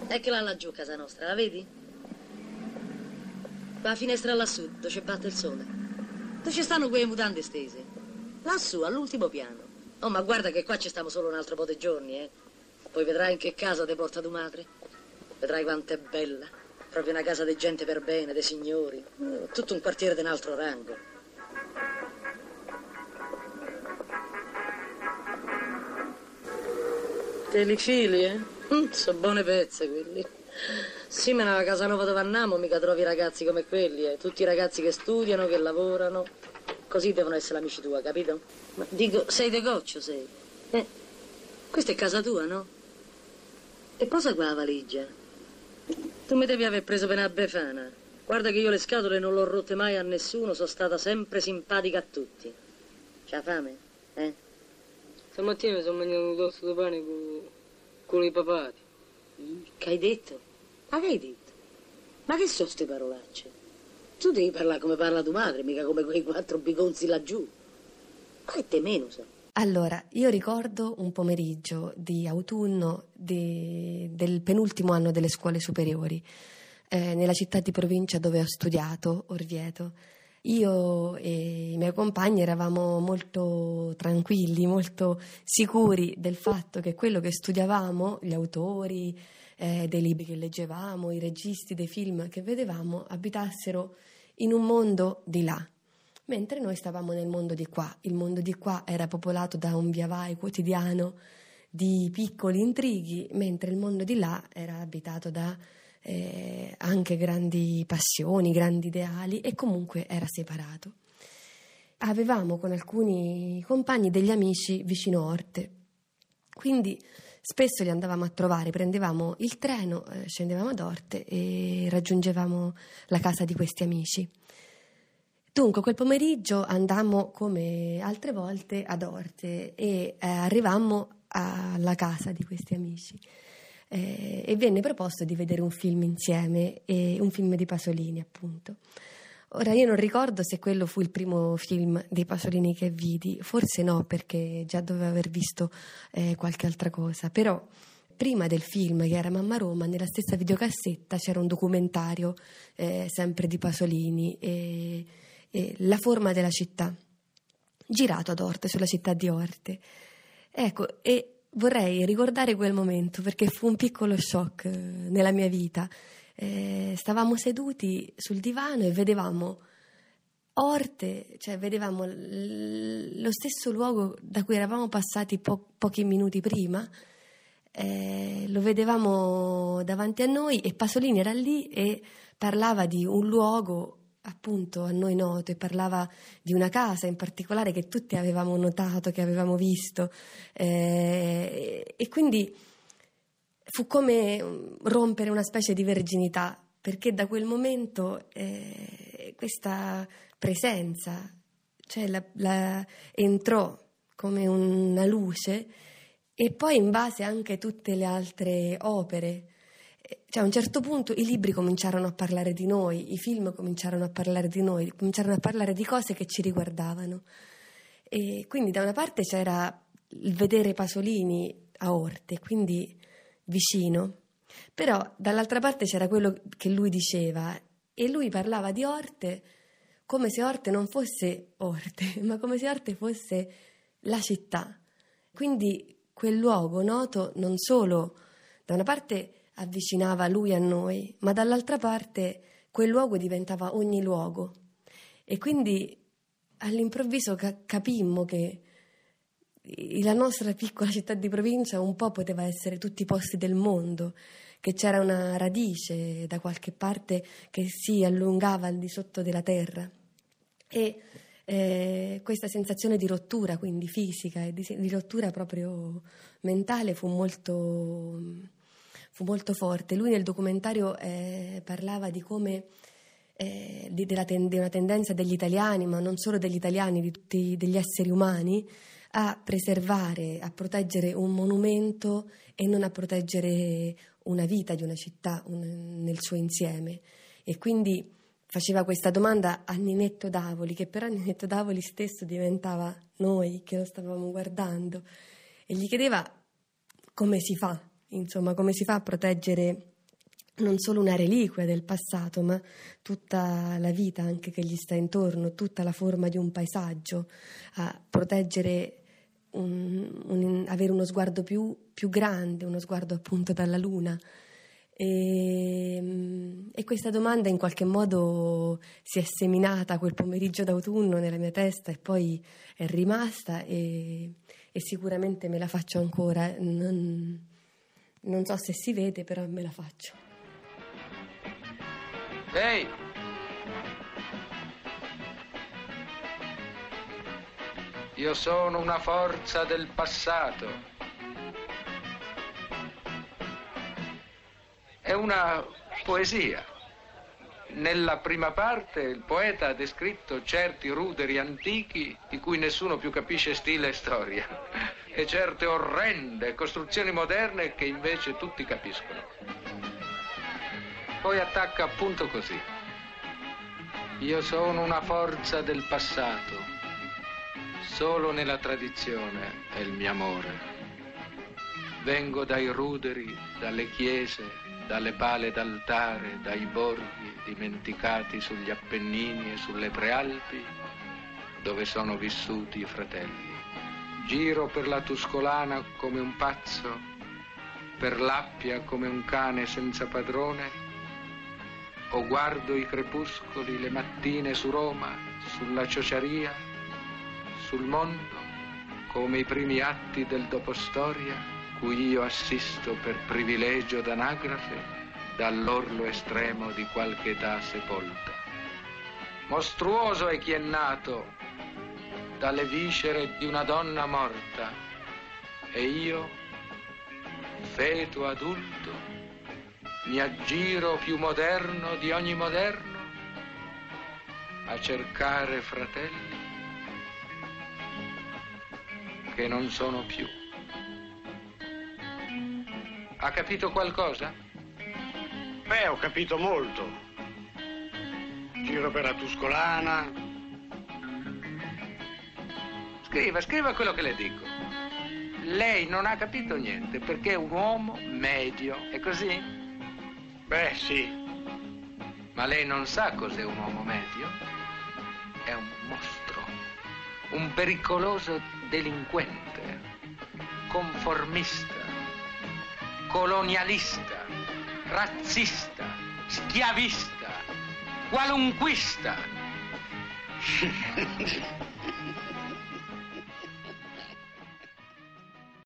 Eccola laggiù, casa nostra, la vedi? La finestra lassù, dove ci batte il sole. Dove ci stanno quelle mutande stese? Lassù, all'ultimo piano. Oh, ma guarda che qua ci stiamo solo un altro po' di giorni, eh. Poi vedrai in che casa ti porta tua madre. Vedrai quanto è bella. Proprio una casa di gente per bene, dei signori. Tutto un quartiere di un altro rango. Te li fili, eh? Sono buone pezze quelli. Sì, ma nella casa nuova dove andiamo mica trovi ragazzi come quelli, eh. Tutti ragazzi che studiano, che lavorano. Così devono essere amici tua, capito? Ma dico, sei de Goccio, sei? Questa è casa tua, no? E cosa qua la valigia? Tu mi devi aver preso per una befana. Guarda che io le scatole non l'ho rotte mai a nessuno, sono stata sempre simpatica a tutti. C'ha fame, eh? Stamattina mi sono mangiato un tosto di pane con i papati. Che hai detto? Ma che hai detto? Ma che sono ste parolacce? Tu devi parlare come parla tua madre, mica come quei 4 bigonzi laggiù. Ma che te meno so. Allora, io ricordo un pomeriggio di autunno del penultimo anno delle scuole superiori, nella città di provincia dove ho studiato, Orvieto. Io e i miei compagni eravamo molto tranquilli, molto sicuri del fatto che quello che studiavamo, gli autori dei libri che leggevamo, i registi dei film che vedevamo, abitassero in un mondo di là. Mentre noi stavamo nel mondo di qua. Il mondo di qua era popolato da un via vai quotidiano di piccoli intrighi, mentre il mondo di là era abitato da anche grandi passioni, grandi ideali, e comunque era separato. Avevamo con alcuni compagni degli amici vicino Orte, quindi spesso li andavamo a trovare, prendevamo il treno, scendevamo ad Orte e raggiungevamo la casa di questi amici. Dunque, quel pomeriggio andammo, come altre volte, ad Orte e arrivammo alla casa di questi amici e venne proposto di vedere un film insieme, un film di Pasolini, appunto. Ora, io non ricordo se quello fu il primo film di Pasolini che vidi, forse no, perché già dovevo aver visto qualche altra cosa, però prima del film, che era Mamma Roma, nella stessa videocassetta c'era un documentario sempre di Pasolini, La forma della città, girato ad Orte, sulla città di Orte. Ecco, e vorrei ricordare quel momento perché fu un piccolo shock nella mia vita. Stavamo seduti sul divano e vedevamo Orte, cioè vedevamo lo stesso luogo da cui eravamo passati pochi minuti prima, lo vedevamo davanti a noi e Pasolini era lì e parlava di un luogo appunto a noi noto, e parlava di una casa in particolare che tutti avevamo notato, che avevamo visto, e quindi fu come rompere una specie di verginità, perché da quel momento questa presenza, cioè entrò come una luce, e poi in base anche a tutte le altre opere. Cioè, a un certo punto i libri cominciarono a parlare di noi, i film cominciarono a parlare di noi, cominciarono a parlare di cose che ci riguardavano. E quindi da una parte c'era il vedere Pasolini a Orte, quindi vicino, però dall'altra parte c'era quello che lui diceva, e lui parlava di Orte come se Orte non fosse Orte, ma come se Orte fosse la città. Quindi quel luogo noto non solo da una parte avvicinava lui a noi, ma dall'altra parte quel luogo diventava ogni luogo, e quindi all'improvviso capimmo che la nostra piccola città di provincia un po' poteva essere tutti i posti del mondo, che c'era una radice da qualche parte che si allungava al di sotto della terra, e questa sensazione di rottura, quindi fisica, e di rottura proprio mentale fu molto forte. Lui nel documentario parlava di come di una tendenza degli italiani, ma non solo degli italiani, di tutti degli esseri umani, a preservare, a proteggere un monumento e non a proteggere una vita di una città nel suo insieme. E quindi faceva questa domanda a Ninetto Davoli, che però Ninetto Davoli stesso diventava noi che lo stavamo guardando, e gli chiedeva come si fa a proteggere non solo una reliquia del passato, ma tutta la vita anche che gli sta intorno, tutta la forma di un paesaggio, a proteggere, avere uno sguardo più grande, uno sguardo appunto dalla luna. E questa domanda in qualche modo si è seminata quel pomeriggio d'autunno nella mia testa e poi è rimasta e sicuramente me la faccio ancora. Non so se si vede, però me la faccio. Ehi! Io sono una forza del passato. È una poesia. Nella prima parte il poeta ha descritto certi ruderi antichi di cui nessuno più capisce stile e storia e certe orrende costruzioni moderne che invece tutti capiscono. Poi attacca appunto così. Io sono una forza del passato. Solo nella tradizione è il mio amore. Vengo dai ruderi, dalle chiese, dalle pale d'altare, dai borghi dimenticati sugli Appennini e sulle Prealpi, dove sono vissuti i fratelli. Giro per la Tuscolana come un pazzo, per l'Appia come un cane senza padrone, o guardo i crepuscoli le mattine su Roma, sulla Ciociaria, sul mondo, come i primi atti del dopostoria, cui io assisto per privilegio d'anagrafe dall'orlo estremo di qualche età sepolta. Mostruoso è chi è nato dalle viscere di una donna morta e io, feto adulto, mi aggiro più moderno di ogni moderno a cercare fratelli che non sono più. Ha capito qualcosa? Beh, ho capito molto. Giro per la Tuscolana. Scriva quello che le dico. Lei non ha capito niente perché è un uomo medio, è così? Beh, sì. Ma lei non sa cos'è un uomo medio? È un mostro, un pericoloso delinquente, conformista, colonialista, razzista, schiavista, qualunquista.